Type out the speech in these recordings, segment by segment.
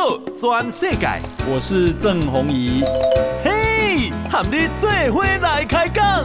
全世界。 我是郑弘仪。 嘿，和你做伙来开讲。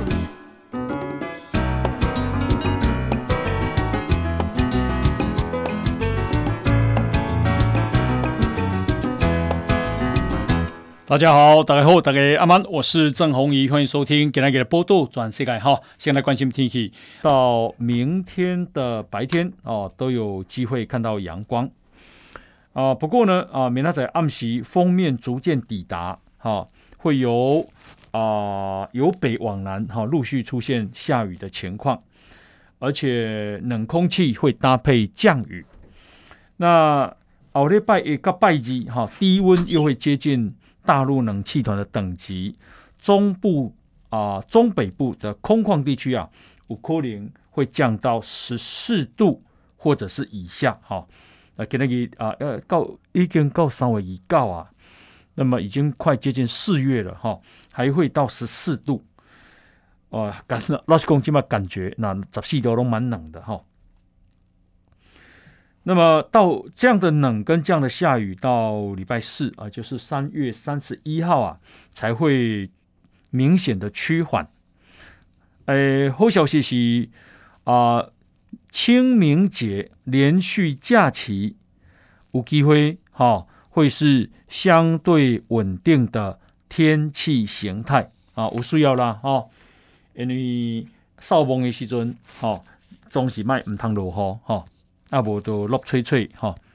大家好，大家好，大家阿曼，我是郑弘仪，欢迎收听今天的报道全世界哈。先来关心天气，到明天的白天都有机会看到阳光不过呢明天在暗时锋面逐渐抵达会由北往南陆续出现下雨的情况，而且冷空气会搭配降雨。那后礼拜一到拜二低温又会接近大陆冷气团的等级，中北部的空旷地区有可能会降到14度或者是以下今天已经到3月29那么已经快接近4月了还会到14度老实说现在感觉那14度都蛮冷的那么到这样的冷跟这样的下雨到礼拜四就是3月31号才会明显的趋缓。好消息是清明节连续假期有机会会是相对稳定的天气形态有需要啦因为扫墓的时阵总是别不通落雨不就落吹吹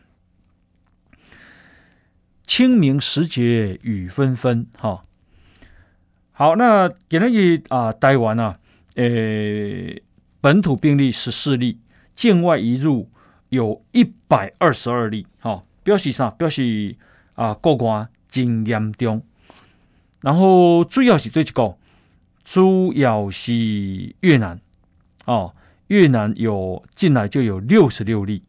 清明时节雨纷纷好，那今天台湾本土病例14例，境外移入有122例表示啥？表示个案真严重。然后主要是对一个，主要是越南越南进来就有66例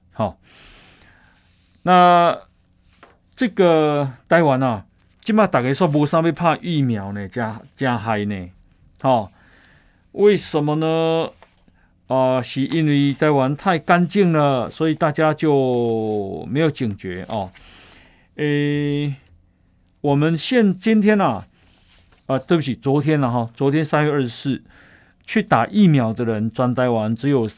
那这个台湾现在大家说没啥要打疫苗呢，真害呢为什么呢是因为台湾太干净了，所以大家就没有警觉我们今天对不起，昨天昨天3月24去打疫苗的人，全台湾只有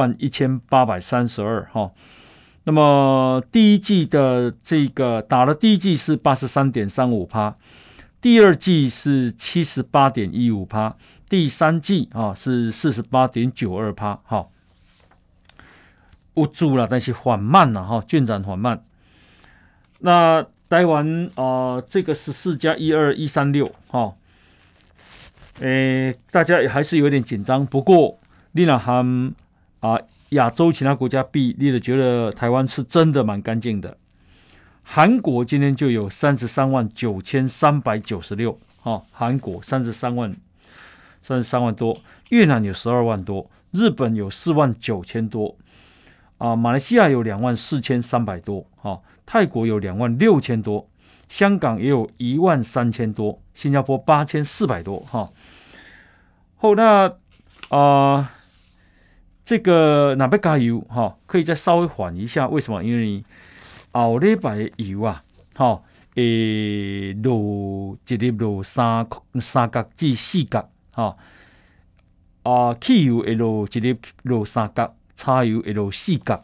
31832那么第一剂的这个打了第一剂是 83.35%， 第二剂是 78.15%， 第三剂是 48.92%有助了，但是缓慢进展缓慢。那台湾这个14+12136大家还是有点紧张，不过你若和亚洲其他国家比，你就觉得台湾是真的蛮干净的。韩国今天就有339396韩国33万多，越南有12万多，日本有49000多马来西亚有24300多泰国有26000多，香港也有13000多，新加坡8400多后那这个哪要加油可以再稍微缓一下，为什么？因为后礼拜的油落一日落3角至4角汽油会落一日落3角，柴油会落4角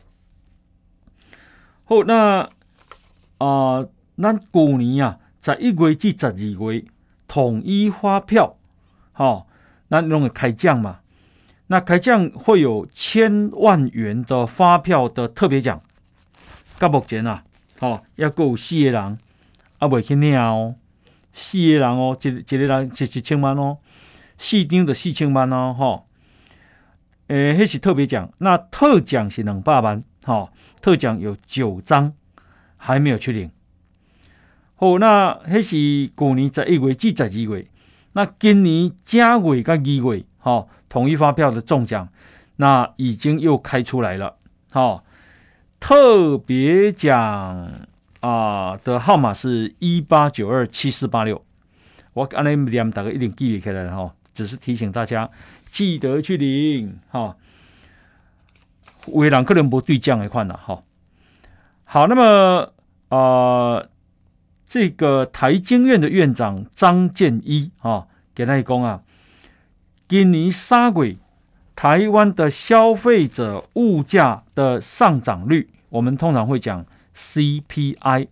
好，那咱去年11月至12月统一发票咱拢会开奖嘛，那开奖会有1000万元的发票的特别奖，到目前还有4个人未去领4个人一个人是1000万4张就4000万那是特别奖。那特奖是200万特奖有9张还没有去领好，那那是去年11月至12月，那今年正月跟2月统一发票的中奖那已经又开出来了特别奖的号码是1892746，我这样念大家一定记起来了只是提醒大家记得去领有的人可能没对奖的款好，那么这个台经院的院长张建一给他讲啊，今年3月台湾的消费者物价的上涨率，我们通常会讲 CPI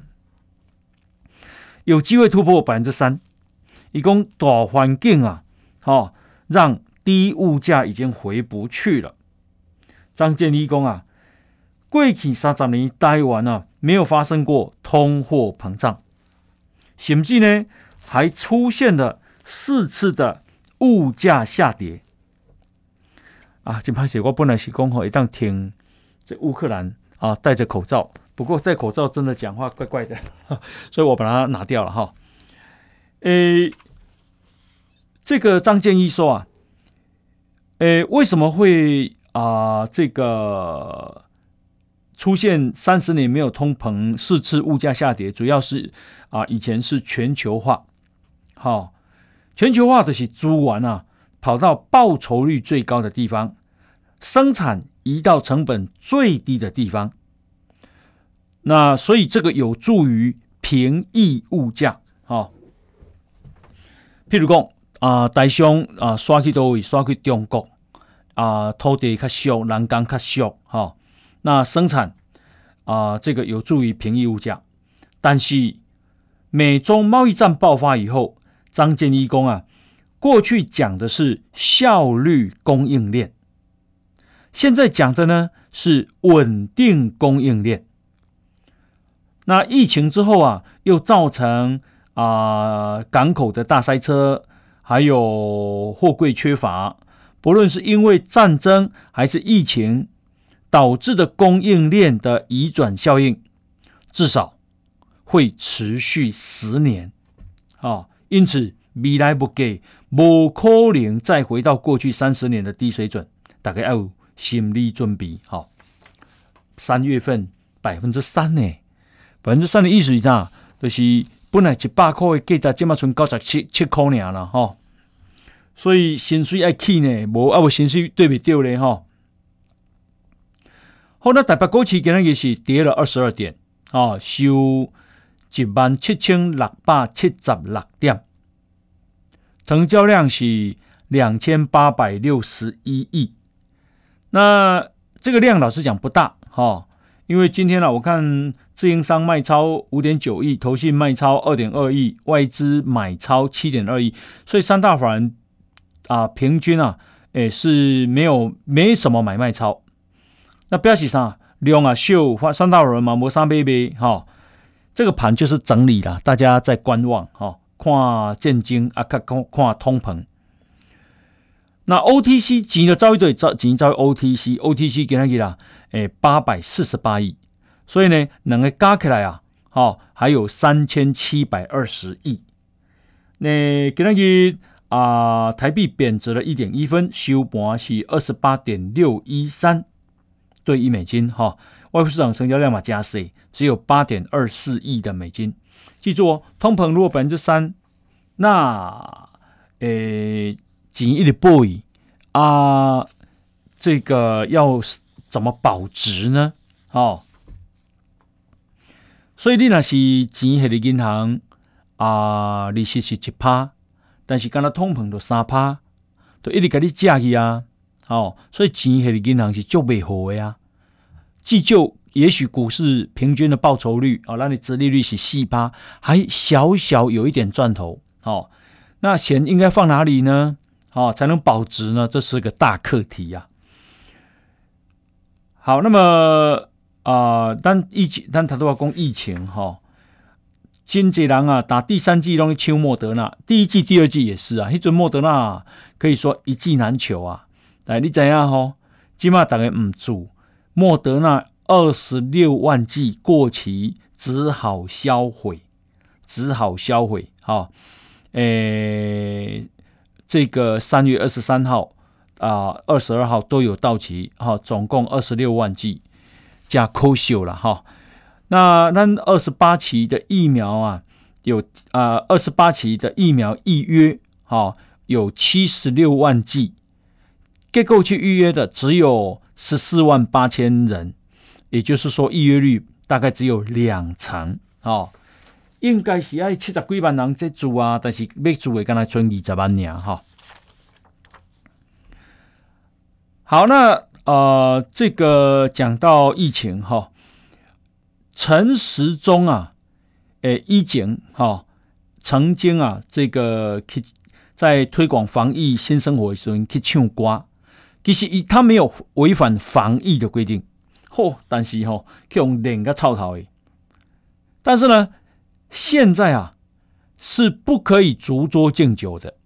有机会突破 3%。他说大环境啊，让低物价已经回不去了。张建一说啊，过去30年台湾啊没有发生过通货膨胀，甚至呢还出现了4次的物价下跌。真抱歉，我本来是说一定听这乌克兰戴着口罩，不过戴口罩真的讲话怪怪的，所以我把它拿掉了哈。这个张建一说啊，为什么会这个出现30年没有通膨，4次物价下跌，主要是以前是全球化，全球化就是资源跑到报酬率最高的地方，生产移到成本最低的地方，那所以这个有助于平抑物价。譬如讲台商刷去哪里？刷去中国土地较俗，人工较俗，那生产这个有助于平抑物价。但是美中贸易战爆发以后，张建一说过去讲的是效率供应链，现在讲的呢是稳定供应链。那疫情之后又造成港口的大塞车，还有货柜缺乏，不论是因为战争还是疫情导致的供应链的移转效应，至少会持续10年。因此未来不给，不可能再回到过去30年的低水准，大家要有心理准备。3月份 3% 呢，3% 的意思是啥？就是本来100块的价值，现在剩97块而已了所以薪水要起呢，无薪水对不对呢？好，那台北股市今天也是跌了22点，收17676点，成交量是2861亿。那这个量老实讲不大因为今天我看自营商卖超 5.9 亿，投信卖超 2.2 亿，外资买超 7.2 亿，所以三大法人平均是没什么买卖超。那表示啥？量少，三大法人嘛没啥买卖这个盘就是整理啦，大家在观望看见金看通膨。那 OTC 钱的交易对钱交易 OTC 今天啦848亿，所以呢两个加起来还有3720亿。那今天台币贬值了 1.1 分，收盘是 28.613 对1美金外汇市场成交量嘛加小，只有 8.24 亿的美金。记住通膨如果 3%， 那钱一直保这个要怎么保值呢？所以你若是钱在银行利息是 1%， 但是刚才通膨就 3%， 就一直给你借去所以钱在银行是足不好的既就也许股市平均的报酬率让你殖利率是 4%， 还小小有一点赚头那钱应该放哪里呢？才能保值呢？这是个大课题好，那么但他都要讲疫情真多人打第3剂都抢莫德纳，第1剂、第2剂也是那阵莫德纳可以说一剂难求但你知道现在大家不住莫德纳26万剂过期，只好销毁这个3月23号22号都有到期总共26万剂，加可惜了那28期的疫苗有28期的疫苗预约有76万剂，结果去预约的只有14万8千人，也就是说预约率大概只有20%哦，应该是要70几万人在住啊，但是要住的刚才剩20万人哈。好，那这个讲到疫情哈，陈时中啊，以前哈曾经啊，这个在推广防疫新生活的时候去唱歌，其实他没有违反防疫的规定，但是去用脸个臭头的。但是呢，现在啊是不可以逐桌敬酒的，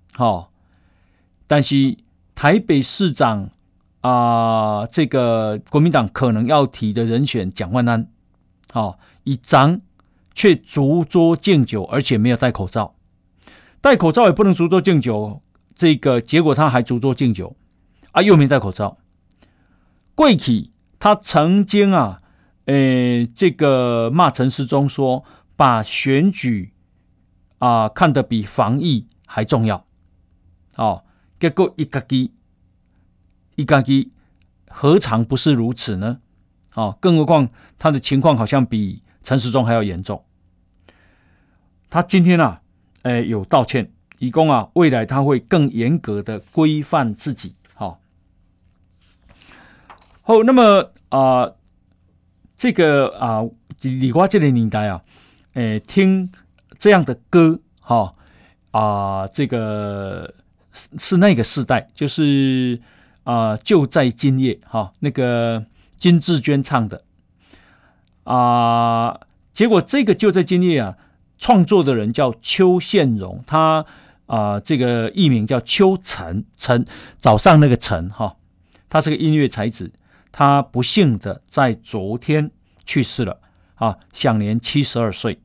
但是台北市长这个国民党可能要提的人选蒋万安，一张却逐桌敬酒，而且没有戴口罩，戴口罩也不能逐桌敬酒，这个结果他还逐桌敬酒又没戴口罩。过去他曾经这个骂陈时中说，把选举看得比防疫还重要，结果一家己何尝不是如此呢？更何况他的情况好像比陈时中还要严重。他今天有道歉，以供未来他会更严格的规范自己。好，那么这个李瓜这个年代听这样的歌这个是那个世代，就是就在今夜那个金志娟唱的结果这个就在今夜创作的人叫邱宪荣，他这个艺名叫邱晨，早上那个晨他是个音乐才子，他不幸的在昨天去世了享年72岁。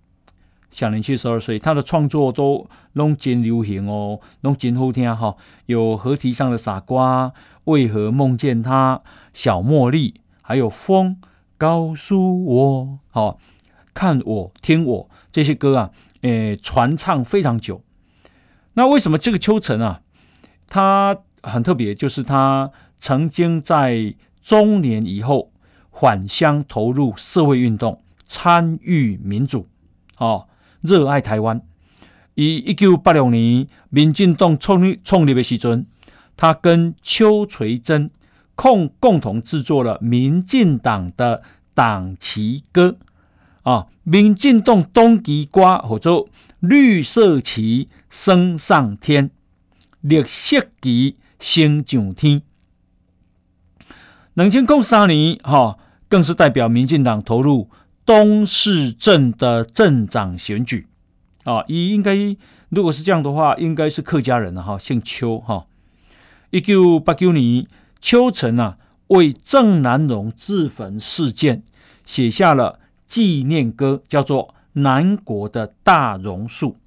他的创作都拢真流行拢真好听有河堤上的傻瓜、为何梦见他、小茉莉，还有风告诉我看我听我，这些歌传唱非常久。那为什么这个邱晨他很特别，就是他曾经在中年以后返乡投入社会运动，参与民主热爱台湾。以1986年民进党创立的时候，他跟邱垂珍共同制作了民进党的党旗歌民进党党旗歌或者绿色旗升上天，绿色旗升上天。2003年更是代表民进党投入东市镇的镇长选举应该如果是这样的话，应该是客家人姓邱1989年，邱晨为郑南榕自焚事件写下了纪念歌，叫做《南国的大榕树》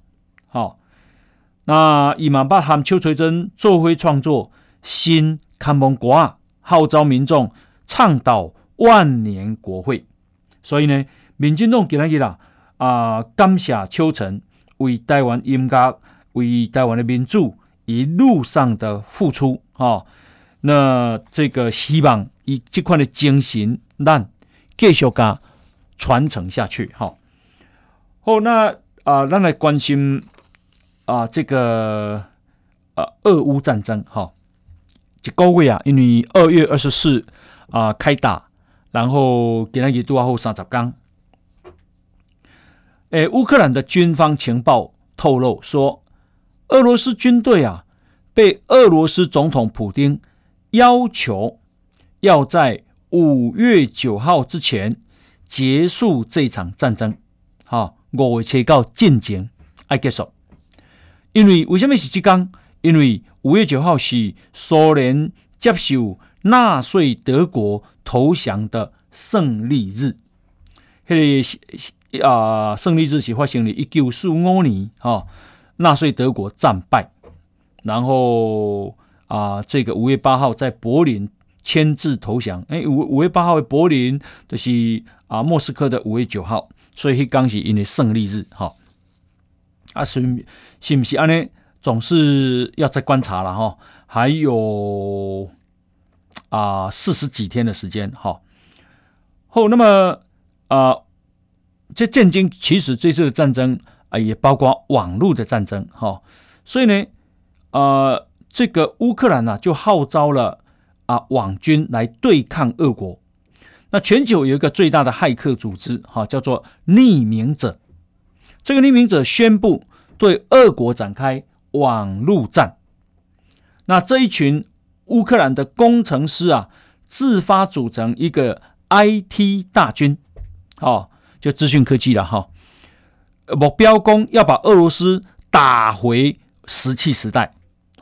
那伊嘛捌和邱垂珍做伙创作新看门歌，号召民众倡导万年国会。所以呢，民进党今天感谢邱晨为台湾音乐、为台湾的民主一路上的付出那这个希望以这款的精神，咱继续甲传承下去好，那咱来关心这个俄乌战争一个月因为2月24开打，然后今天拄好30天。乌克兰的军方情报透露说，俄罗斯军队被俄罗斯总统普丁要求要在5月9号之前结束这场战争5月7号进前要结束。因为为什么是这天？因为5月9号是苏联接受纳粹德国投降的胜利日。胜利日是发生在1945年纳粹德国战败，然后这个5月8号在柏林签字投降。5月8号的柏林就是莫斯科的5月9号，所以那天是因为胜利日是不是这样总是要再观察了还有40几天的时间那么这震惊其实这次的战争也包括网络的战争所以呢这个乌克兰就号召了网军来对抗俄国。那全球有一个最大的骇客组织叫做匿名者，这个匿名者宣布对俄国展开网络战。那这一群乌克兰的工程师自发组成一个 IT 大军就资讯科技了目标要把俄罗斯打回石器时代。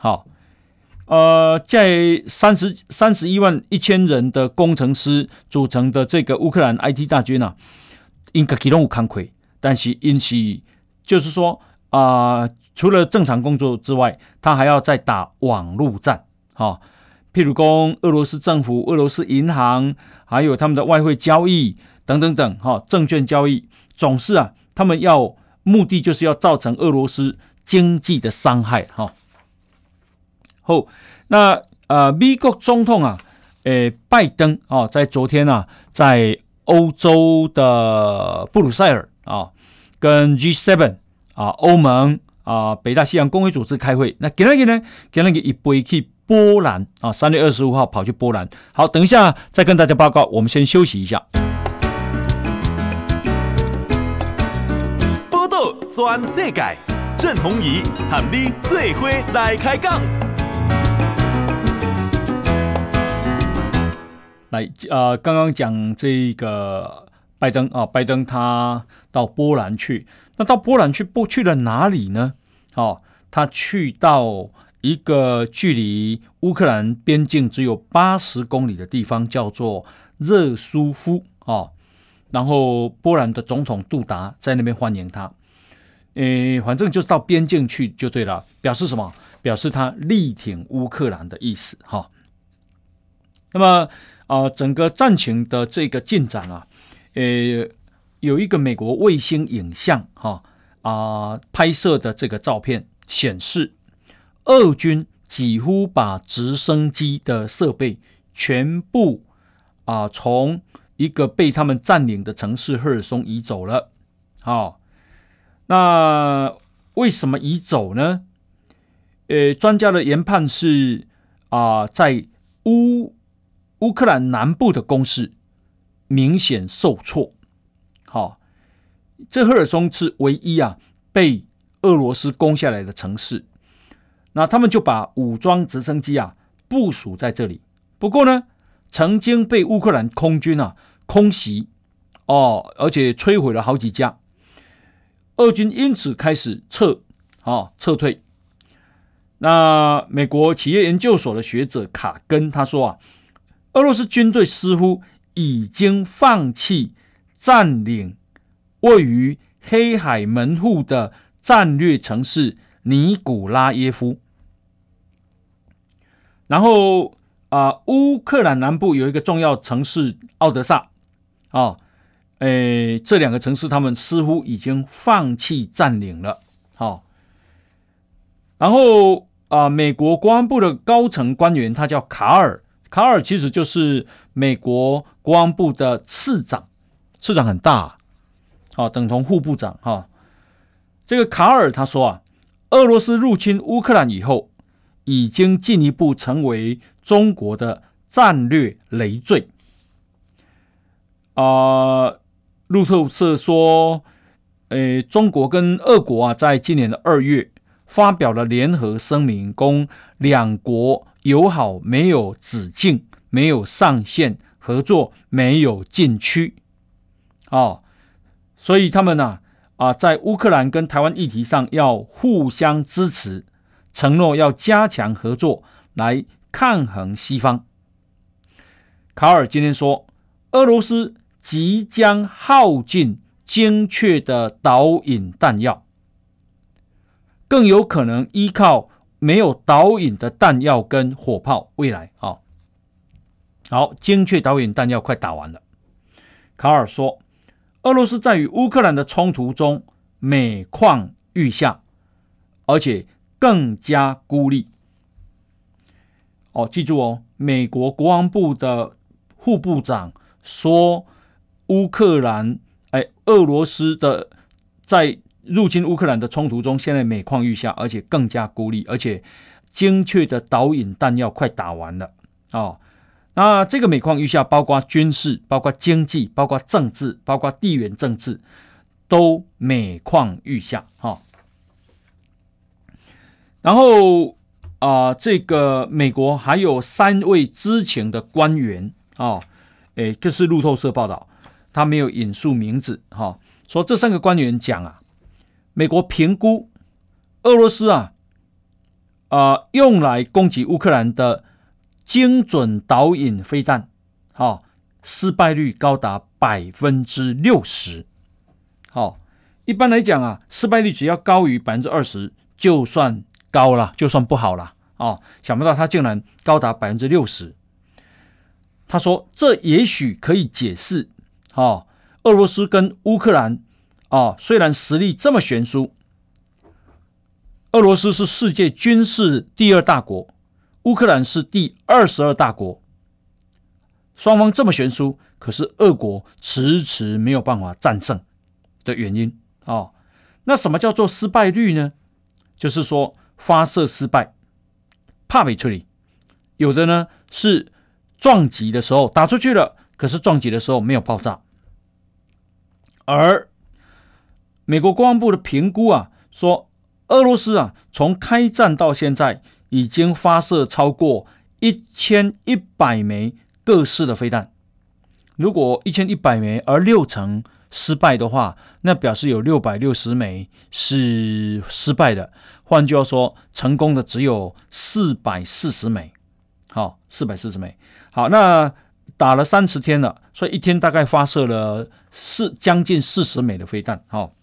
在31万1000人的工程师组成的这个乌克兰 IT 大军应该都有工作，但是因是就是说除了正常工作之外，他还要再打网络战譬如说俄罗斯政府、俄罗斯银行，还有他们的外汇交易等等等证券交易，总是他们目的就是要造成俄罗斯经济的伤害那美国总统拜登在昨天在欧洲的布鲁塞尔跟 G7 欧盟北大西洋公约组织开会。那今天呢，一飞去波兰3月25号跑去波兰。好，等一下再跟大家报告，我们先休息一下。 报道全世界，郑鸿仪和你做伙来开讲。 来刚刚讲这个拜登他到波兰去，那到波兰去了哪里呢？他去到一个距离乌克兰边境只有80公里的地方，叫做热苏夫然后波兰的总统杜达在那边欢迎他。反正就是到边境去就对了，表示什么？表示他力挺乌克兰的意思那么整个战情的这个进展有一个美国卫星影像拍摄的这个照片显示，俄军几乎把直升机的设备全部从一个被他们占领的城市赫尔松移走了。那为什么移走呢？专家的研判是在乌克兰南部的攻势明显受挫。这赫尔松是唯一被俄罗斯攻下来的城市，那他们就把武装直升机部署在这里。不过呢，曾经被乌克兰空军空袭而且摧毁了好几架。俄军因此开始撤退。那美国企业研究所的学者卡根他说俄罗斯军队似乎已经放弃占领位于黑海门户的战略城市尼古拉耶夫。然后乌克兰南部有一个重要城市奥德萨这两个城市他们似乎已经放弃占领了。然后美国国安部的高层官员他叫卡尔其实就是美国国安部的次长很大等同副部长这个卡尔他说俄罗斯入侵乌克兰以后，已经进一步成为中国的战略累赘。路透社说中国跟俄国在今年的2月发表了联合声明，供两国友好没有止境，没有上限，合作没有禁区所以他们在乌克兰跟台湾议题上要互相支持，承诺要加强合作来抗衡西方。卡尔今天说，俄罗斯即将耗尽精确的导引弹药，更有可能依靠没有导引的弹药跟火炮未来好，精确导引弹药快打完了。卡尔说，俄罗斯在与乌克兰的冲突中每况愈下，而且更加孤立。记住美国国防部的副部长说， 乌克兰，俄罗斯的在入侵乌克兰的冲突中，现在每况愈下，而且更加孤立，而且精确的导引弹药快打完了那这个每况愈下，包括军事，包括经济，包括政治，包括地缘政治，都每况愈下然后这个美国还有3位知情的官员这是路透社报道，他没有引述名字说这3个官员讲美国评估俄罗斯用来攻击乌克兰的精准导引飞弹失败率高达 60%。一般来讲失败率只要高于 20%就算高了，就算不好了想不到它竟然高达 60%。他说这也许可以解释俄罗斯跟乌克兰虽然实力这么悬殊，俄罗斯是世界军事第2大国，乌克兰是第22大国，双方这么悬殊，可是俄国迟迟没有办法战胜的原因那什么叫做失败率呢？就是说发射失败，怕没处理，有的呢是撞击的时候打出去了，可是撞击的时候没有爆炸。而美国国防部的评估说俄罗斯从开战到现在已经发射超过1100枚各式的飞弹。如果1100枚而60%失败的话，那表示有660枚是失败的，换句话说成功的只有440枚。440枚。好，那打了30天了，所以一天大概发射了将近40枚的飞弹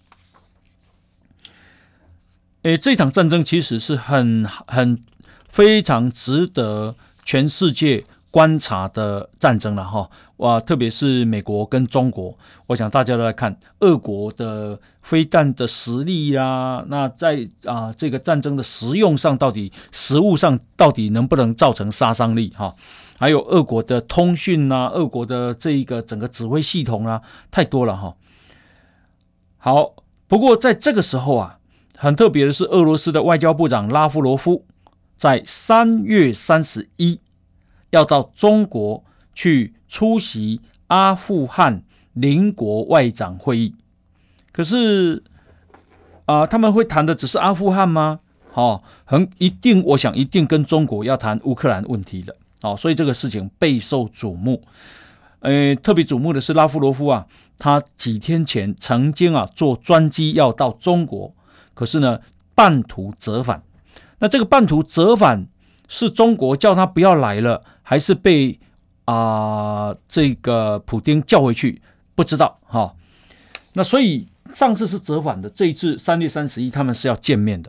这场战争其实是非常值得全世界观察的战争了特别是美国跟中国，我想大家都来看俄国的飞弹的实力那在这个战争的实物上到底能不能造成杀伤力还有俄国的通讯俄国的这一个整个指挥系统太多了好，不过在这个时候很特别的是，俄罗斯的外交部长拉夫罗夫在3月31要到中国去出席阿富汗邻国外长会议。可是他们会谈的只是阿富汗吗？我想一定跟中国要谈乌克兰问题了所以这个事情备受瞩目。特别瞩目的是拉夫罗夫他几天前曾经坐专机要到中国，可是呢半途折返。那这个半途折返是中国叫他不要来了，还是被这个普丁叫回去？不知道那所以上次是折返的，这一次3月31他们是要见面的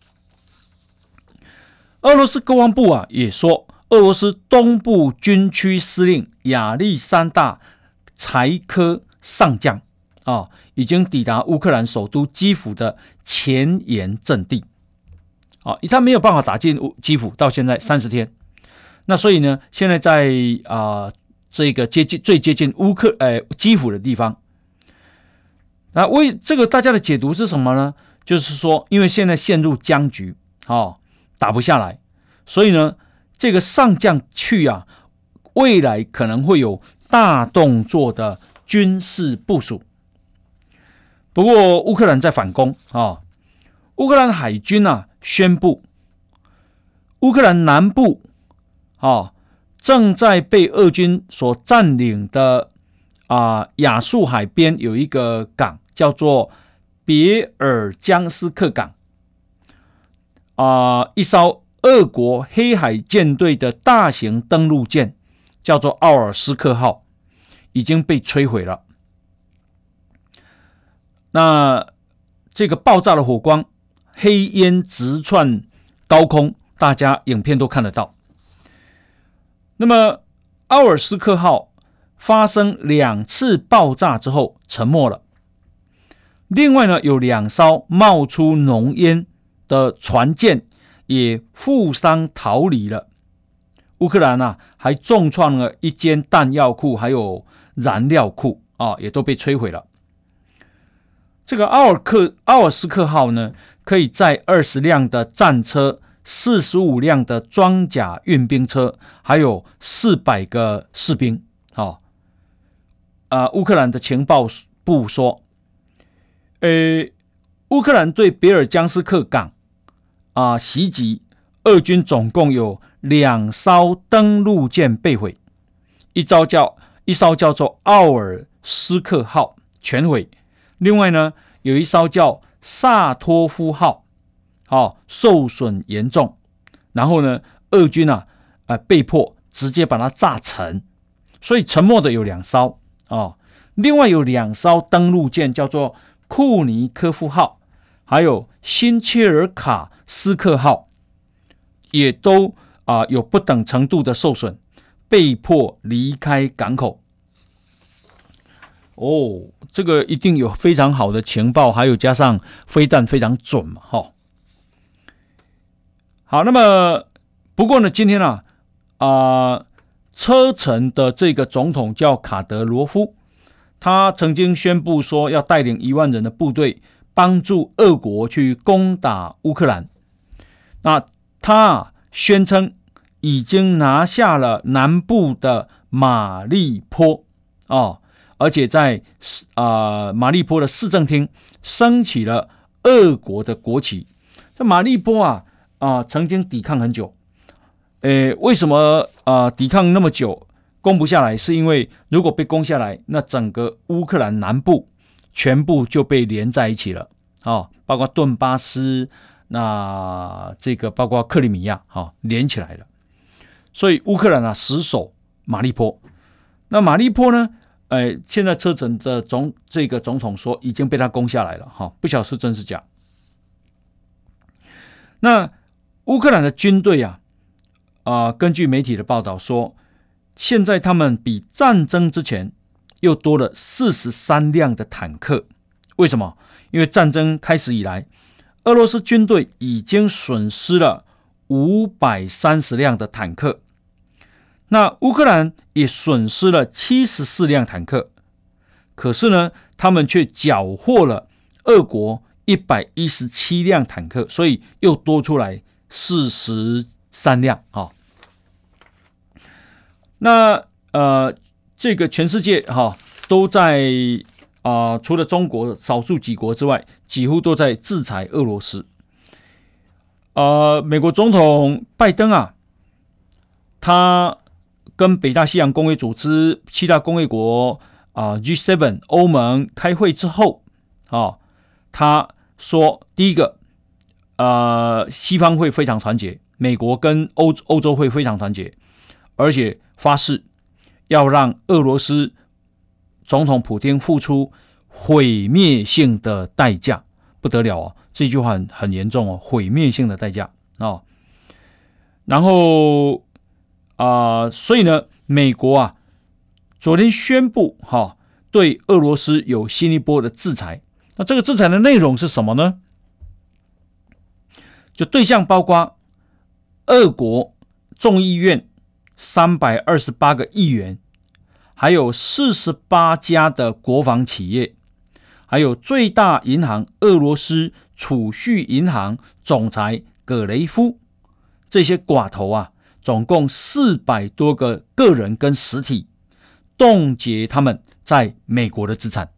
俄罗斯国防部也说，俄罗斯东部军区司令亚历山大柴科上将已经抵达乌克兰首都基辅的前沿阵地他没有办法打进基辅，到现在30天。那所以呢，现在在这个最接近基辅的地方。那为这个大家的解读是什么呢？就是说，因为现在陷入僵局打不下来，所以呢，这个上将去未来可能会有大动作的军事部署。不过乌克兰在反攻乌克兰海军宣布，乌克兰南部正在被俄军所占领的亚速海边有一个港叫做别尔江斯克港一艘俄国黑海舰队的大型登陆舰叫做奥尔斯克号已经被摧毁了。那这个爆炸的火光，黑烟直窜高空，大家影片都看得到。那么奥尔斯克号发生2次爆炸之后沉没了，另外呢有2艘冒出浓烟的船舰也负伤逃离了。乌克兰还重创了一间弹药库还有燃料库也都被摧毁了。这个奥尔斯克号呢，可以载20辆的战车、45辆的装甲运兵车，还有400个士兵。乌克兰的情报部说，乌克兰对别尔江斯克港袭击，俄军总共有2艘登陆舰被毁，一艘叫做奥尔斯克号全毁，另外呢有一艘叫萨托夫号受损严重，然后呢俄军被迫直接把它炸沉，所以沉没的有2艘另外有2艘登陆舰叫做库尼科夫号还有辛切尔卡斯克号，也都有不等程度的受损，被迫离开港口。这个一定有非常好的情报，还有加上飞弹非常准嘛，好，那么不过呢，今天车臣的这个总统叫卡德罗夫，他曾经宣布说要带领1万人的部队帮助俄国去攻打乌克兰。那他宣称已经拿下了南部的马利波而且在马利波的市政厅升起了俄国的国旗。这马利波曾经抵抗很久，为什么抵抗那么久攻不下来？是因为如果被攻下来，那整个乌克兰南部全部就被连在一起了包括顿巴斯，那这个包括克里米亚连起来了，所以乌克兰死守马利波。那马利波呢？现在车臣的这个总统说已经被他攻下来了不晓得是真是假。那乌克兰的军队根据媒体的报道说，现在他们比战争之前又多了43辆的坦克。为什么？因为战争开始以来，俄罗斯军队已经损失了530辆的坦克，那乌克兰也损失了74辆坦克，可是呢，他们却缴获了俄国117辆坦克，所以又多出来43辆那这个全世界都在除了中国少数几国之外，几乎都在制裁俄罗斯。美国总统拜登他跟北大西洋公约组织7大工业国G7 欧盟开会之后他说第一个西方会非常团结，美国跟欧洲会非常团结，而且发誓要让俄罗斯总统普丁付出毁灭性的代价。不得了这句话很严重毁灭性的代价然后所以呢，美国昨天宣布对俄罗斯有新一波的制裁。那这个制裁的内容是什么呢？就对象包括俄国众议院328个议员，还有48家的国防企业，还有最大银行俄罗斯储蓄银行总裁葛雷夫，这些寡头总共400多个个人跟实体，冻结他们在美国的资产。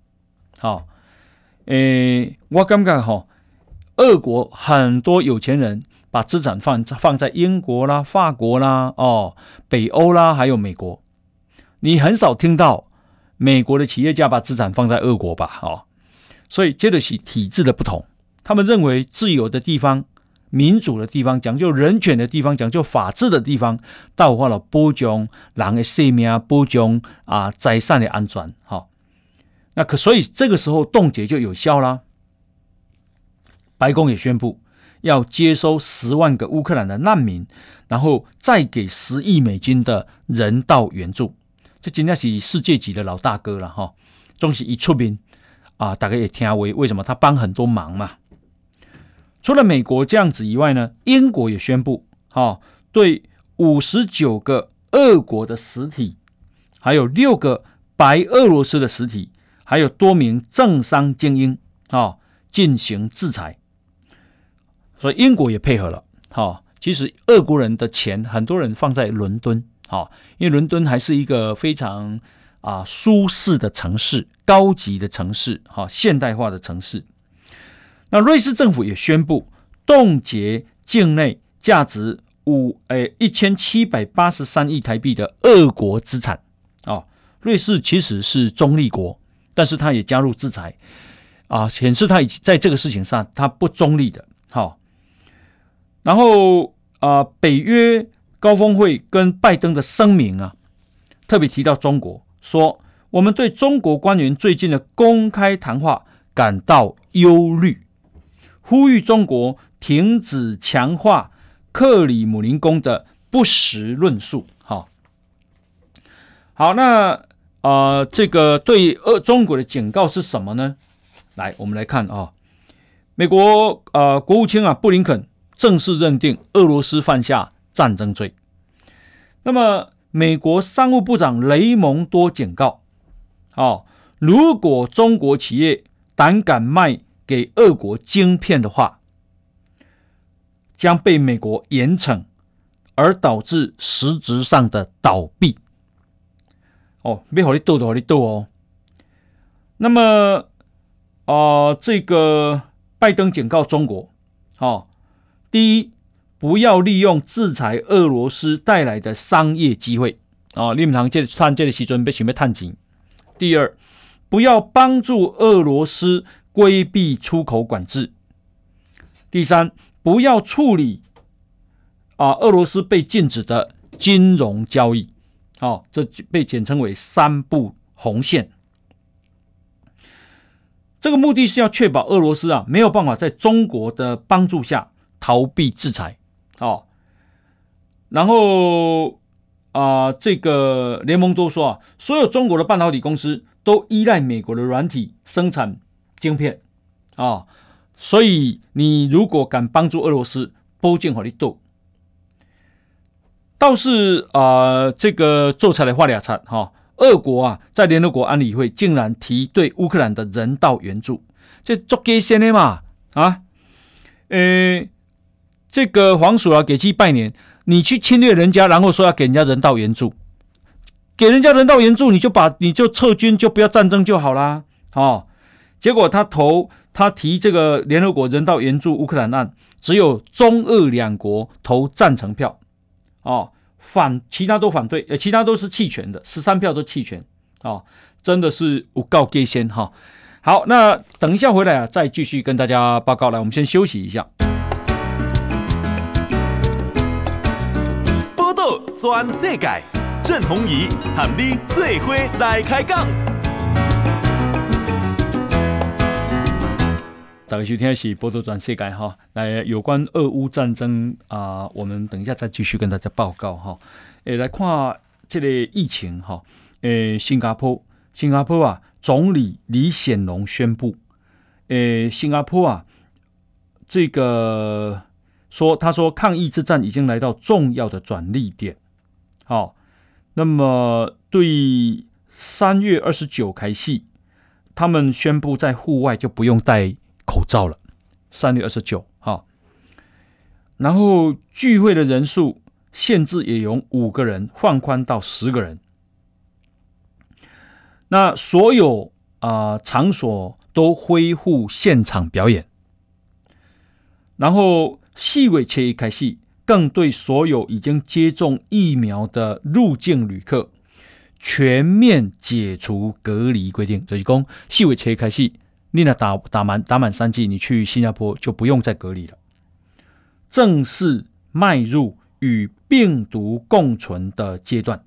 我感觉俄国很多有钱人把资产放在英国啦、法国啦、北欧啦，还有美国。你很少听到美国的企业家把资产放在俄国吧？所以这就是体制的不同。他们认为自由的地方、民主的地方、讲究人权的地方、讲究法治的地方，到了保障人的生命、保障财产的安全。所以这个时候冻结就有效啦。白宫也宣布要接收10万个乌克兰的难民，然后再给10亿美金的人道援助。这真的是世界级的老大哥了总是一出名大家也听为什么他帮很多忙嘛。除了美国这样子以外呢，英国也宣布对59个俄国的实体，还有6个白俄罗斯的实体，还有多名政商精英进行制裁。所以英国也配合了。其实俄国人的钱很多人放在伦敦，因为伦敦还是一个非常舒适的城市，高级的城市，现代化的城市。那瑞士政府也宣布冻结境内价值1783亿台币的俄国资产。瑞士其实是中立国，但是他也加入制裁显示他在这个事情上他不中立的。然后北约高峰会跟拜登的声明特别提到中国，说我们对中国官员最近的公开谈话感到忧虑，呼吁中国停止强化克里姆林宫的不实论述。好，那这个对中国的警告是什么呢？来，我们来看美国国务卿布林肯正式认定俄罗斯犯下战争罪。那么美国商务部长雷蒙多警告如果中国企业胆敢卖给俄国晶片的话，将被美国严惩，而导致实质上的倒闭。要给你斗就给你斗那么这个拜登警告中国第一，不要利用制裁俄罗斯带来的商业机会你们谈这个时候要赚钱。第二，不要帮助俄罗斯规避出口管制。第三，不要处理俄罗斯被禁止的金融交易这被简称为三不红线。这个目的是要确保俄罗斯没有办法在中国的帮助下逃避制裁。然后这个联盟多说所有中国的半导体公司都依赖美国的软体生产晶片所以你如果敢帮助俄罗斯，保证给你斗。倒是这个做出来话俩惨俄国在联合国安理会竟然提对乌克兰的人道援助，这做给先的嘛这个皇叔给去拜年，你去侵略人家，然后说要给人家人道援助，给人家人道援助，你就撤军，就不要战争就好啦结果他提这个联合国人道援助乌克兰案，只有中俄两国投赞成票其他都反对，其他都是弃权的，13票都弃权真的是有够给先好，那等一下回来再继续跟大家报告。来，我们先休息一下。 报道全世界，郑鸿仪和你做伙来开讲。 大家收听的是报道全世界来有关俄乌战争我们等一下再继续跟大家报告来看这个疫情新加坡总理李显龙宣布新加坡这个他说抗疫之战已经来到重要的转捩点那么对3月29开始，他们宣布在户外就不用戴口罩了，3月29然后聚会的人数限制也由5个人放宽到10个人。那所有场所都恢复现场表演。然后4月7日开始，更对所有已经接种疫苗的入境旅客全面解除隔离规定，就是说4月7日开始，你若打满3剂，你去新加坡就不用再隔离了，正式迈入与病毒共存的阶段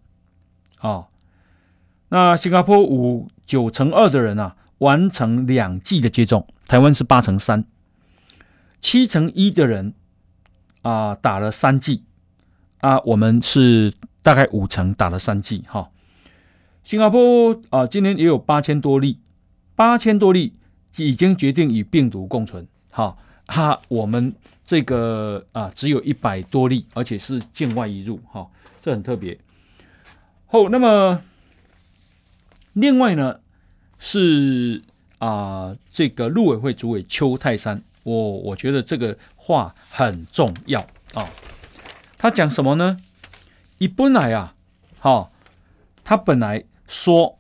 那新加坡有9%的人完成2剂的接种，台湾是8%，7%的人打了3剂我们是大概5%打了3剂新加坡今年也有8000多例已经决定与病毒共存我们这个只有100多例，而且是境外移入这很特别那么另外呢是这个陆委会主委邱泰山，我觉得这个话很重要啊。他讲什么呢？他本来说，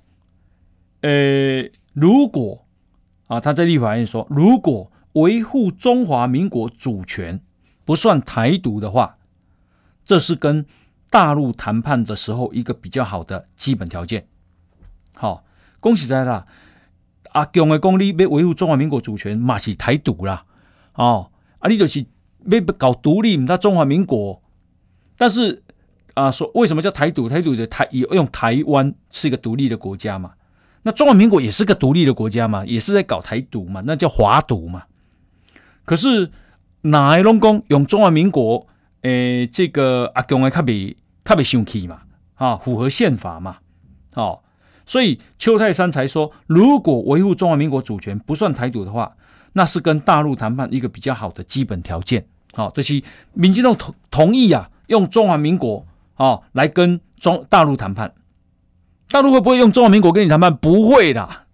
如果他在立法院说，如果维护中华民国主权不算台独的话，这是跟大陆谈判的时候一个比较好的基本条件。好，讲实在啦，阿强的讲你要维护中华民国主权，嘛是台独啦，你就是要搞独立，唔到中华民国。但是说为什么叫台独？台独的用台湾是一个独立的国家嘛，那中华民国也是个独立的国家嘛，也是在搞台独嘛，那叫华独嘛。可是哪会拢讲用中华民国？这个阿强的较袂生气嘛，符合宪法嘛，所以邱泰山才说，如果维护中华民国主权不算台独的话，那是跟大陆谈判一个比较好的基本条件。就是民进党同意用中华民国来跟大陆谈判，大陆会不会用中华民国跟你谈判？不会的。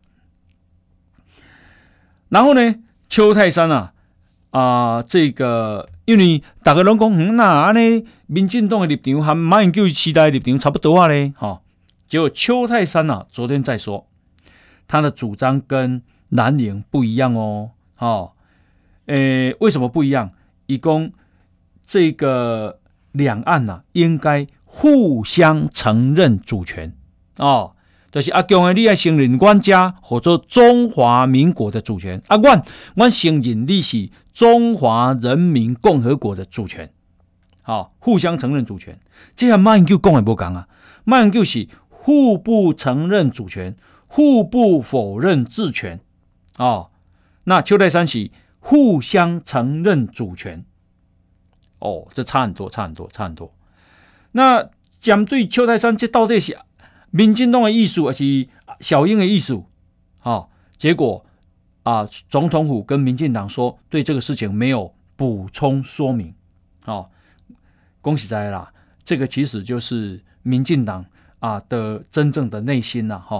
然后呢，邱泰山这个因为大家拢讲，那安尼民进党的立场和马英九期待的立场差不多咧，结果邱泰山昨天在说，他的主张跟蓝营不一样哦，为什么不一样？他说这个两岸应该互相承认主权就是阿强的你要承认阮家或者中华民国的主权阮承认你是中华人民共和国的主权，互相承认主权。这样马英九讲的不同马英九是互不承认主权，互不否认治权那邱泰山是互相承认主权这差很多。那针对邱泰山，这到底是民进党的意思还是小英的意思？结果总统府跟民进党说对这个事情没有补充说明。恭喜在啦，这个其实就是民进党的真正的内心啦。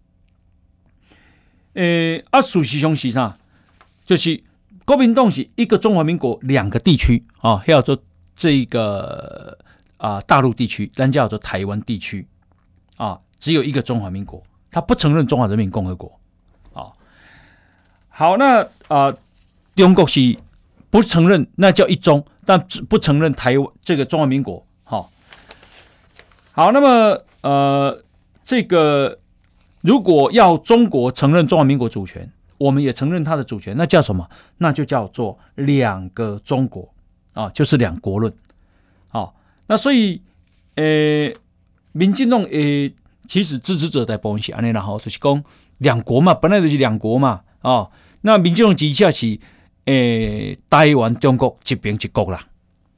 事实上是啥？就是国民党是一个中华民国两个地区叫做这个大陆地区，咱叫做台湾地区只有一个中华民国，他不承认中华人民共和国。好，那中国是不承认，那叫一中，但不承认台湾这个中华民国。好，那么这个如果要中国承认中华民国主权，我们也承认他的主权，那叫什么？那就叫做两个中国就是两国论。那所以民进党其实支持者在部分是这样啦，就是说两国嘛，本来就是两国嘛那民进党之下是台湾中国一边一国啦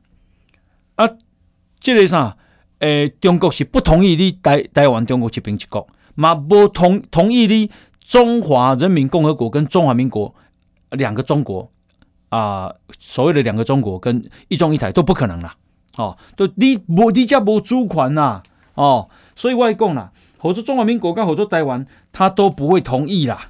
这个啥中国是不同意你台湾中国一边一国，嘛不同意你中华人民共和国跟中华民国两个中国所谓的两个中国跟一中一台都不可能啦都你这没主权啦所以我来讲啦，或者中华民国跟或者台湾他都不会同意啦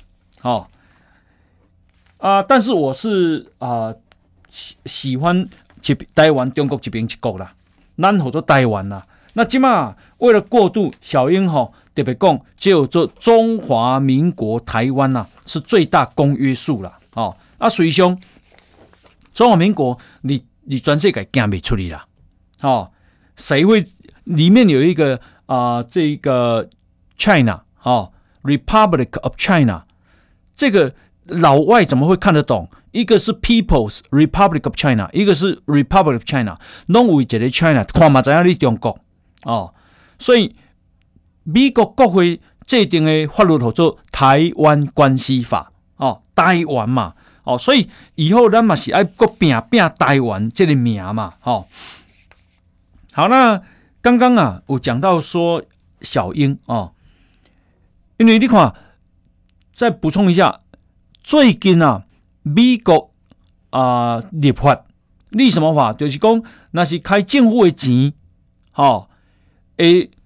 但是我是喜欢台湾中国一边一国啦，咱或者台湾啦。那现在为了过渡，小英特别讲，只有做中华民国台湾是最大公约数啦实际上中华民国你全世界行不出去啦谁会里面有一个这个 China Republic of China， 这个老外怎么会看得懂？一个是 People's Republic of China， 一个是 Republic of China， 拢有一个 China， 看嘛知影你中国所以美国国会制定的法律叫做台湾关系法台湾嘛所以以后咱嘛是要搁拼台湾这个名嘛好，那刚刚有讲到说小英因为你看，再补充一下，最近美国立法立什么法？就是讲那是开政府的钱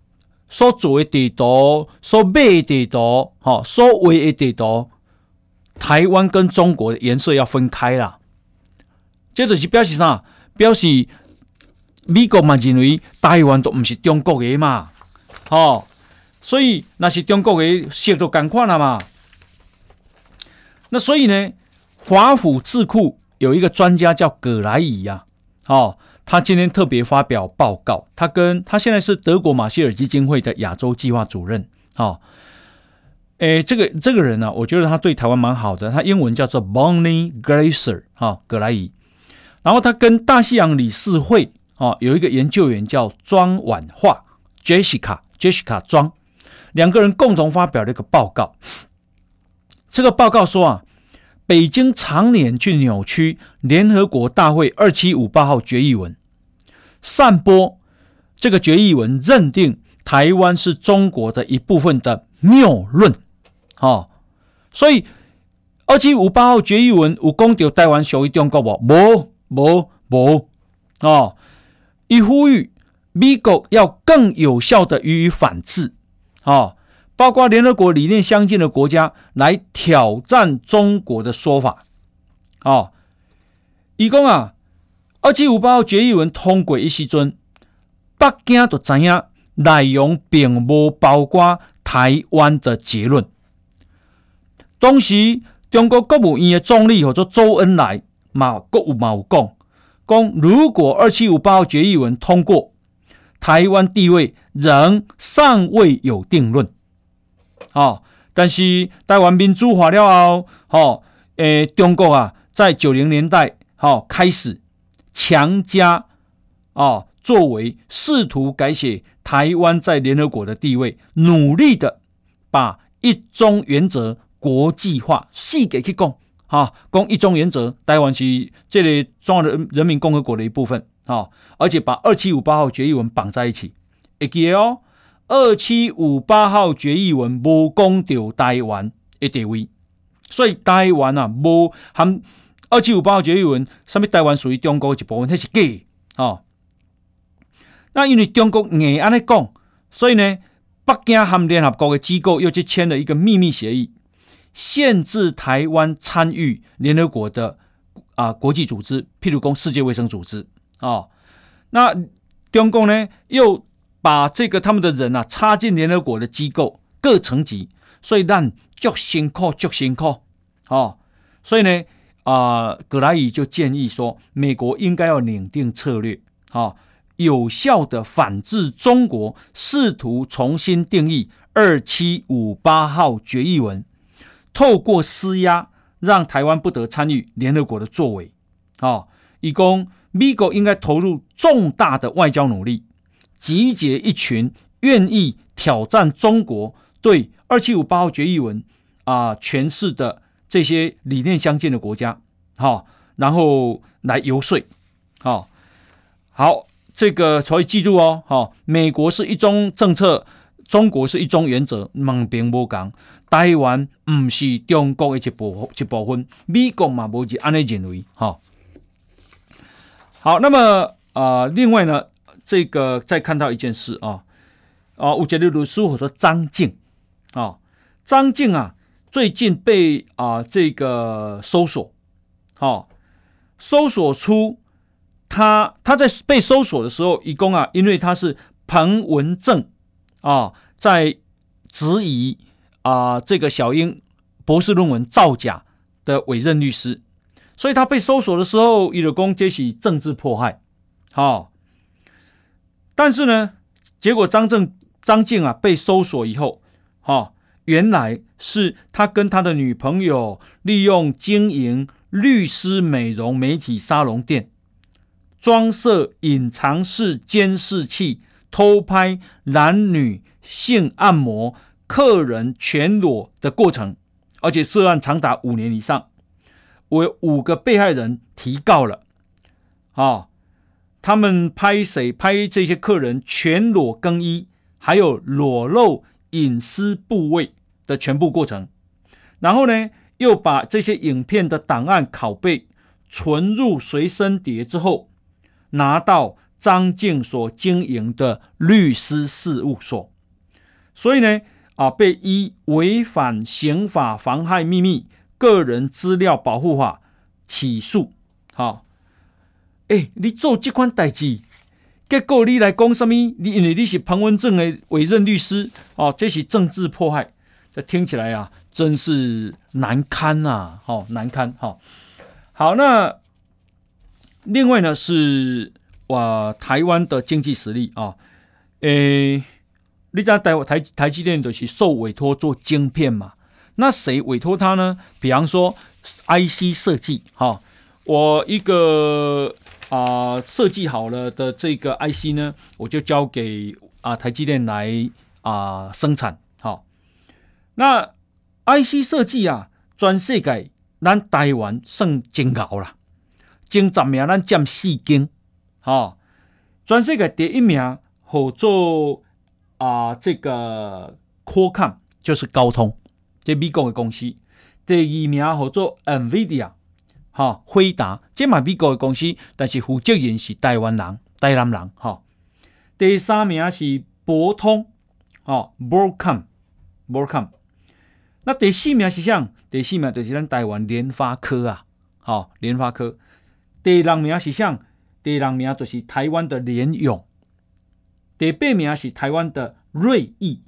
所做的地图、所买的地图、所画的地图，台湾跟中国的颜色要分开啦。这就是表示啥？表示美国嘛认为台湾都不是中国的嘛，所以那是中国的色都同款了嘛。那所以呢，华府智库有一个专家叫葛莱仪呀，他今天特别发表报告，他现在是德国马歇尔基金会的亚洲计划主任，这个人呢，我觉得他对台湾蛮好的，他英文叫做 Bonnie Glaser 葛莱仪。然后他跟大西洋理事会有一个研究员叫庄婉桦 Jessica 庄，两个人共同发表了一个报告。这个报告说北京常年去扭曲联合国大会2758号决议文，散播这个决议文认定台湾是中国的一部分的谬论。所以2758号决议文有讲到台湾属于中国吗？没。他呼吁美国要更有效的予以反制，包括联合国理念相近的国家来挑战中国的说法。他说2758号决议文通过的时候，北京就知道内容并没包括台湾的结论。当时中国国务院的总理周恩来有讲，如果2758号决议文通过，台湾地位仍尚未有定论。但是台湾民主化了后，中国在90年代开始强加作为试图改写台湾在联合国的地位，努力的把一中原则国际化，细给去讲。讲一中原则，台湾是这个中华人民共和国的一部分，而且把2758号决议文绑在一起。会记得2758号决议文没讲到台湾的地位，所以台湾没和2758号决议文什么台湾属于中国的一部分，那是假。那因为中国硬这样讲，所以呢，北京和联合国的机构又去签了一个秘密协议，限制台湾参与联合国的国际组织，譬如说世界卫生组织。那中共呢又把这个他们的人插进联合国的机构各层级，所以让足辛苦。所以呢葛莱仪就建议说，美国应该要拟定策略，有效的反制中国试图重新定义2758号决议文，透过施压让台湾不得参与联合国的作为。他说美国应该投入重大的外交努力，集结一群愿意挑战中国对2758号决议文诠释的这些理念相近的国家，然后来游说。好，这个所以记住美国是一中政策，中国是一中原则，两边不同。台湾不是中国的一部分，美国嘛不是这样认为。好，那么另外呢，这个再看到一件事有一个律师或者张静张静最近被这个搜索，搜索出他在被搜索的时候，一共因为他是彭文正在质疑这个小英博士论文造假的委任律师，所以他被搜索的时候，他就说这是政治迫害。但是呢，结果张静被搜索以后，原来是他跟他的女朋友利用经营律师美容媒体沙龙店，装设隐藏式监视器，偷拍男女性按摩客人全裸的过程，而且涉案长达5年以上。有5个被害人提告了，他们拍这些客人全裸更衣，还有裸露隐私部位的全部过程，然后呢，又把这些影片的档案拷贝存入随身碟之后，拿到张静所经营的律师事务所， 所以呢被依违反刑法妨害秘密个人资料保护法起诉。好，你做这款代志，结果你来讲什么？你因为你是彭文正的委任律师这是政治迫害，这听起来啊真是难堪啊，难堪。好，那另外呢是台湾的经济实力你知道台积电就是受委托做晶片嘛？那谁委托他呢？比方说 IC 设计，我一个设计好了的这个 IC 呢，我就交给台积电来生产。好，那 IC 设计全世界咱台湾算真牛啦，前10名咱占4间，全世界第一名好做这个 Qualcomm 就是高通，这美国的公司。第2名好做 NVIDIA， 辉达，这嘛美国的公司，但是负责人是台南人。第3名是博通，Broadcom。那第4名是啥？第4名就是咱台湾联发科联发科。第6名是啥？第6名就是台湾的联咏。第8名是台湾的瑞昱。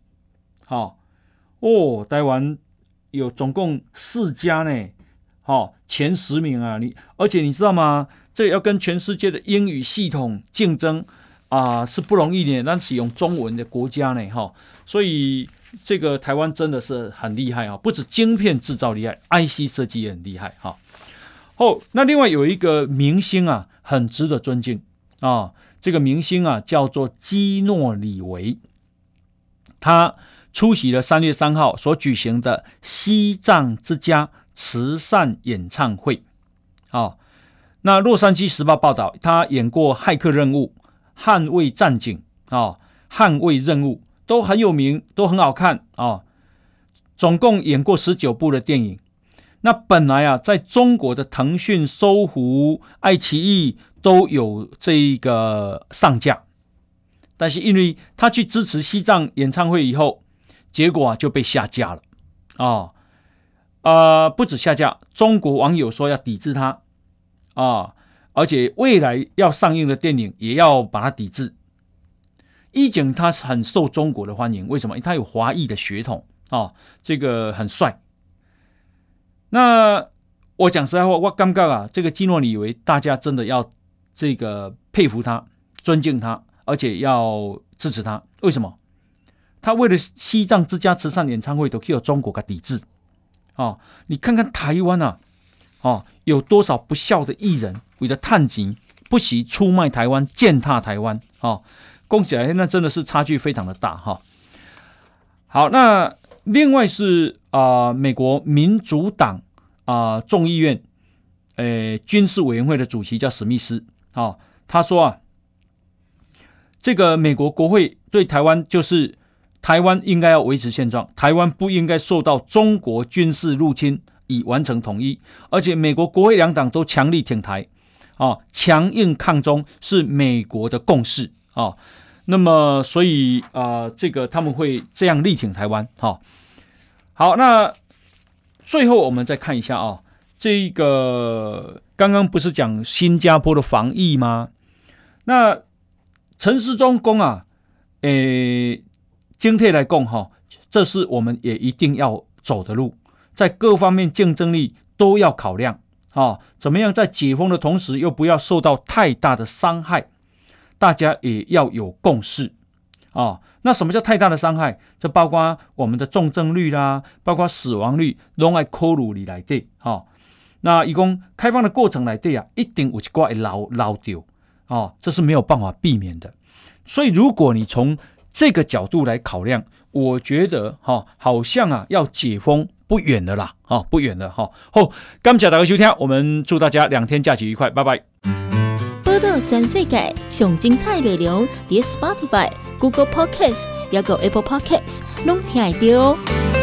台湾有总共4家呢，前10名啊！而且你知道吗？这要跟全世界的英语系统竞争是不容易的，但使用中文的国家呢，所以这个台湾真的是很厉害不止晶片制造厉害 ，IC 设计也很厉害那另外有一个明星很值得尊敬这个明星叫做基诺里维，他出席了3月3号所举行的西藏之家慈善演唱会。那洛杉矶时报报道，他演过骇客任务、捍卫战警、捍卫任务都很有名，都很好看总共演过19部的电影。那本来在中国的腾讯、搜狐、爱奇艺都有这一个上架，但是因为他去支持西藏演唱会以后，结果就被下架了不止下架，中国网友说要抵制他而且未来要上映的电影也要把它抵制。以前他很受中国的欢迎，为什么？因为他有华裔的血统这个很帅。那我讲实在话，我感觉这个基诺里维大家真的要这个佩服他、尊敬他，而且要支持他。为什么？他为了西藏之家慈善演唱会都去有中国的抵制你看看台湾有多少不孝的艺人为了探钱不惜出卖台湾、践踏台湾讲起来那真的是差距非常的大好，那另外是美国民主党众议院军事委员会的主席叫史密斯他说这个美国国会对台湾就是台湾应该要维持现状，台湾不应该受到中国军事入侵，以完成统一。而且美国国会2党都强力挺台强硬抗中是美国的共识那么所以这个他们会这样力挺台湾好，那最后我们再看一下这个刚刚不是讲新加坡的防疫吗？那陈时中说整体来讲这是我们也一定要走的路，在各方面竞争力都要考量怎么样在解封的同时又不要受到太大的伤害，大家也要有共识那什么叫太大的伤害？这包括我们的重症率啦，包括死亡率都要考虑里面那一共开放的过程里面一定有一些会漏掉这是没有办法避免的。所以如果你从这个角度来考量，我觉得好像要解封不远了啦不远了好，感谢大家收听，我们祝大家2天假期愉快，拜拜。 报道全世界上精彩内容，在 Spotify、Google Podcast 也有 Apple Podcast 拢听得到。